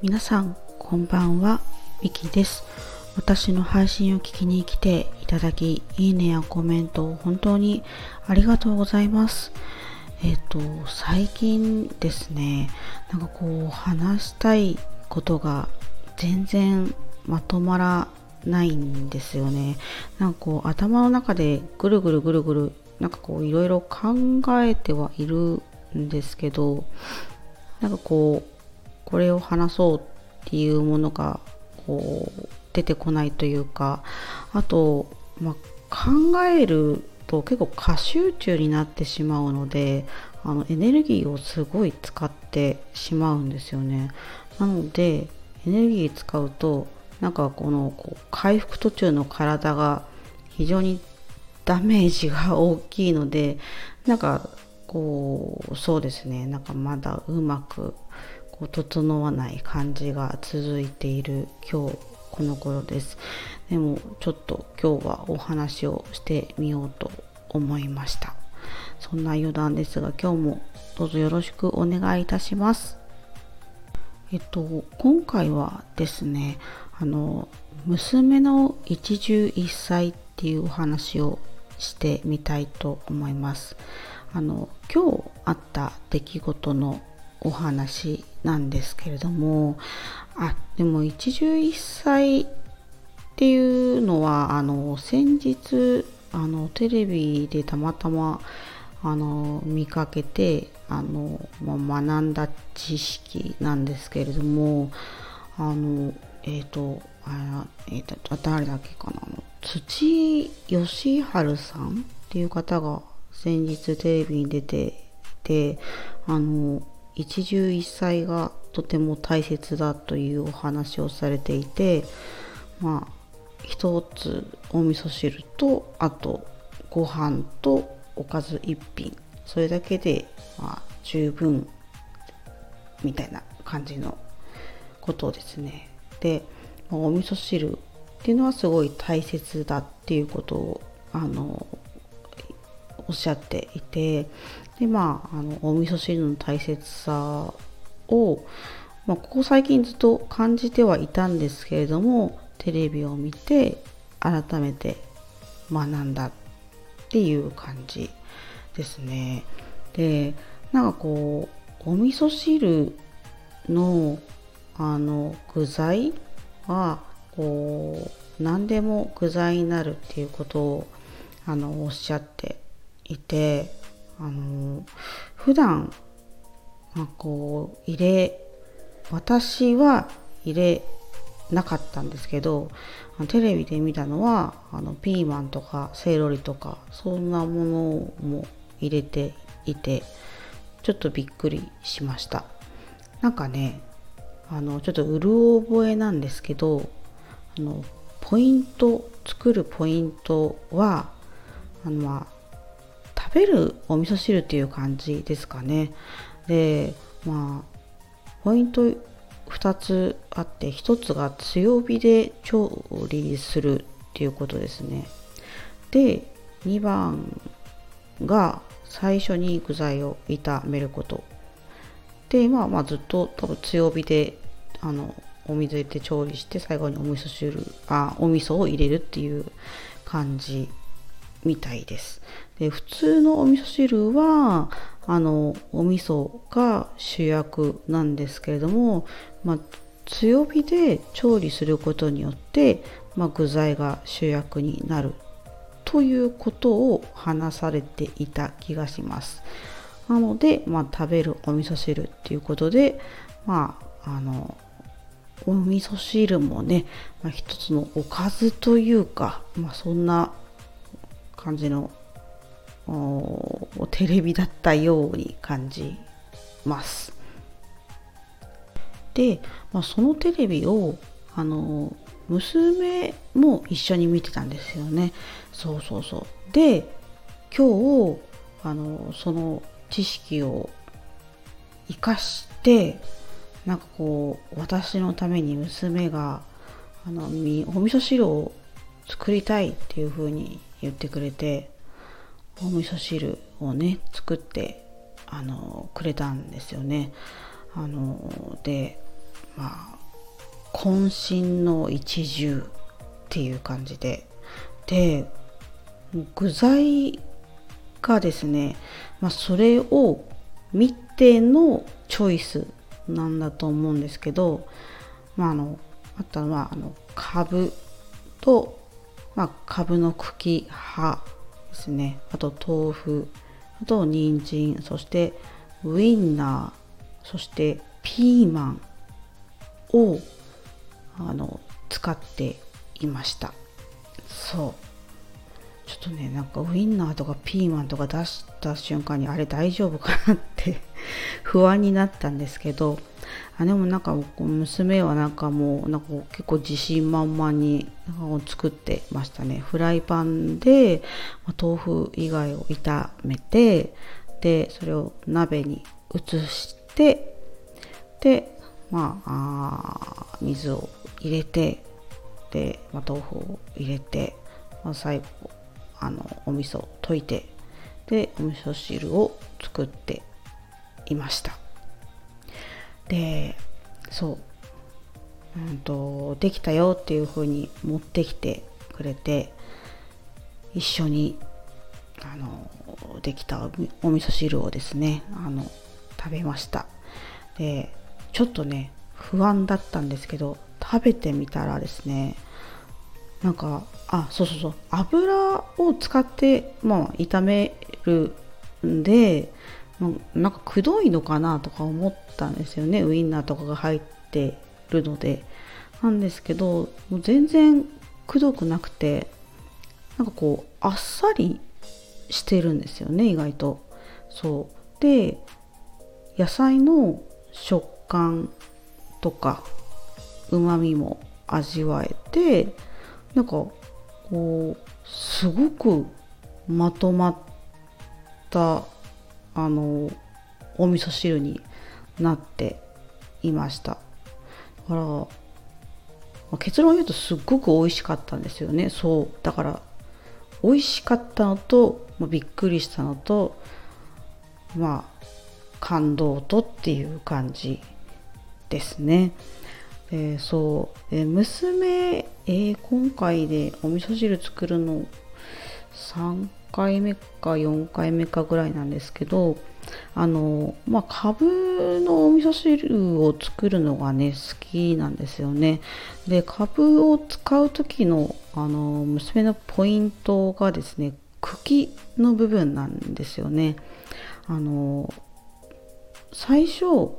皆さんこんばんは、ミキです。私の配信を聞きに来ていただき、いいねやコメント本当にありがとうございます。最近ですね、話したいことが全然まとまらないんですよね。頭の中でぐるぐるいろいろ考えてはいるんですけど、これを話そうっていうものが出てこないというか、あと、考えると結構過集中になってしまうので、エネルギーをすごい使ってしまうんですよね。なのでエネルギー使うと回復途中の体が非常にダメージが大きいので、そうですね、まだうまく整わない感じが続いている今日この頃です。でもちょっと今日はお話をしてみようと思いました。そんな余談ですが、今日もどうぞよろしくお願いいたします。今回はですね、娘の一汁一菜っていうお話をしてみたいと思います。今日あった出来事のお話なんですけれども、でも一汁一菜っていうのは先日テレビでたまたま見かけて学んだ知識なんですけれども、誰だっけかな、土義治さんっていう方が先日テレビに出ていて、一汁一菜がとても大切だというお話をされていて、一つお味噌汁と、あとご飯とおかず一品、それだけで十分みたいな感じのことですね。で、お味噌汁っていうのはすごい大切だっていうことをおっしゃっていて、でお味噌汁の大切さを、ここ最近ずっと感じてはいたんですけれども、テレビを見て改めて学んだっていう感じですね。で、お味噌汁の具材は何でも具材になるっていうことをおっしゃっていて、普段私は入れなかったんですけど、テレビで見たのはピーマンとかセロリとかそんなものも入れていて、ちょっとびっくりしました。ちょっとうる覚えなんですけど、作るポイントは食べるお味噌汁っていう感じですかね。で、ポイント2つあって、1つが強火で調理するっていうことですね。で、2番が最初に具材を炒めることで、ずっと多分強火でお水入れて調理して、最後にお味噌を入れるっていう感じみたいです。で、普通のお味噌汁はお味噌が主役なんですけれども、強火で調理することによって、具材が主役になるということを話されていた気がします。なので、食べるお味噌汁っていうことで、お味噌汁もね、一つのおかずというか、そんな感じのテレビだったように感じます。で、そのテレビを娘も一緒に見てたんですよね。そうで、今日その知識を生かして私のために娘がお味噌汁を作りたいっていう風に言ってくれて、お味噌汁をね作ってくれたんですよね。で、 渾身の一汁っていう感じで、具材がですね、それを見てのチョイスなんだと思うんですけど、あとはカブと、カブの茎葉ですね、あと豆腐、あと人参、そしてウインナー、そしてピーマンを使っていました。ちょっとね、ウインナーとかピーマンとか出した瞬間にあれ大丈夫かなって不安になったんですけど、でも娘はもう結構自信満々に作ってましたね。フライパンで豆腐以外を炒めて、でそれを鍋に移して、で水を入れて、で豆腐を入れて、最後お味噌を溶いて、でお味噌汁を作っていました。でできたよっていう風に持ってきてくれて、一緒にできたお味噌汁をですね食べました。でちょっとね不安だったんですけど、食べてみたらですね、油を使って炒めるんで、くどいのかなとか思ったんですよね。ウインナーとかが入ってるのでなんですけど、もう全然くどくなくて、あっさりしてるんですよね、意外と。で野菜の食感とか旨味も味わえて、すごくまとまったお味噌汁になっていました。だから結論を言うとすっごく美味しかったんですよね。だから美味しかったのと、びっくりしたのと、感動とっていう感じですね。娘、今回でお味噌汁作るの3回目か4回目かぐらいなんですけど、かぶのお味噌汁を作るのがね好きなんですよね。でかぶを使う時の娘のポイントがですね、茎の部分なんですよね。最初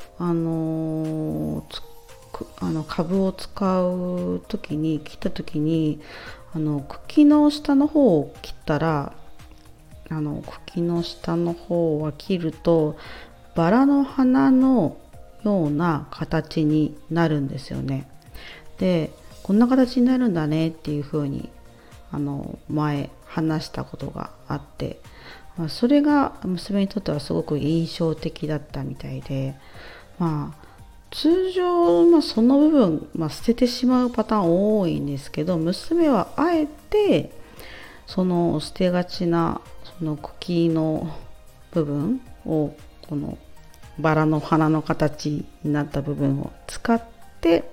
かぶを使う時に切った時に茎の下の方を切ったら、茎の下の方は切るとバラの花のような形になるんですよね。でこんな形になるんだねっていう風に前話したことがあって、それが娘にとってはすごく印象的だったみたいで、通常、その部分、捨ててしまうパターン多いんですけど、娘はあえてその捨てがちなその茎の部分を、このバラの花の形になった部分を使って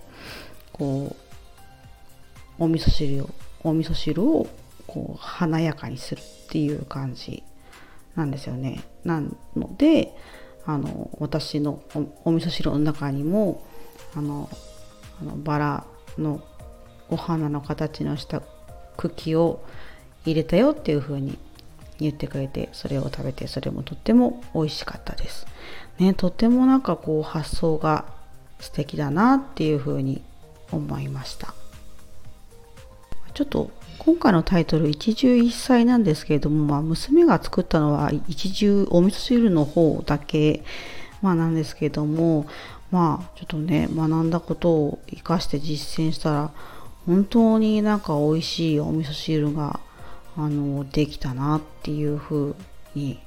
お味噌汁を華やかにするっていう感じなんですよね。なので私のお味噌汁の中にもバラのお花の形のした茎を入れたよっていう風に言ってくれて、それを食べて、それもとっても美味しかったですね。とっても発想が素敵だなっていう風に思いました。ちょっと今回のタイトル一汁一菜なんですけれども、娘が作ったのは一汁お味噌汁の方だけ、なんですけれども、ちょっとね学んだことを生かして実践したら本当に美味しいお味噌汁ができたなっていう風に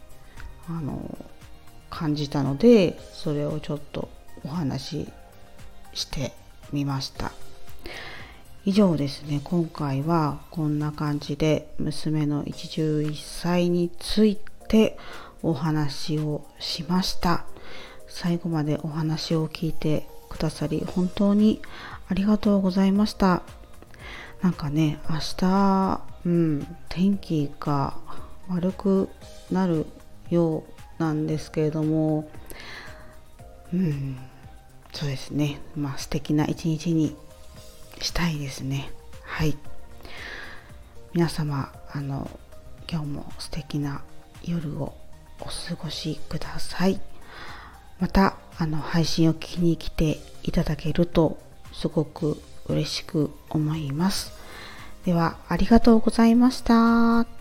感じたので、それをちょっとお話ししてみました。以上ですね。今回はこんな感じで娘の一汁一菜についてお話をしました。最後までお話を聞いてくださり本当にありがとうございました。なんかね、明日、天気が悪くなるようなんですけれども、そうですね。素敵な一日にしたいですね。はい。皆様、今日も素敵な夜をお過ごしください。また、配信を聞きに来ていただけるとすごく嬉しく思います。では、ありがとうございました。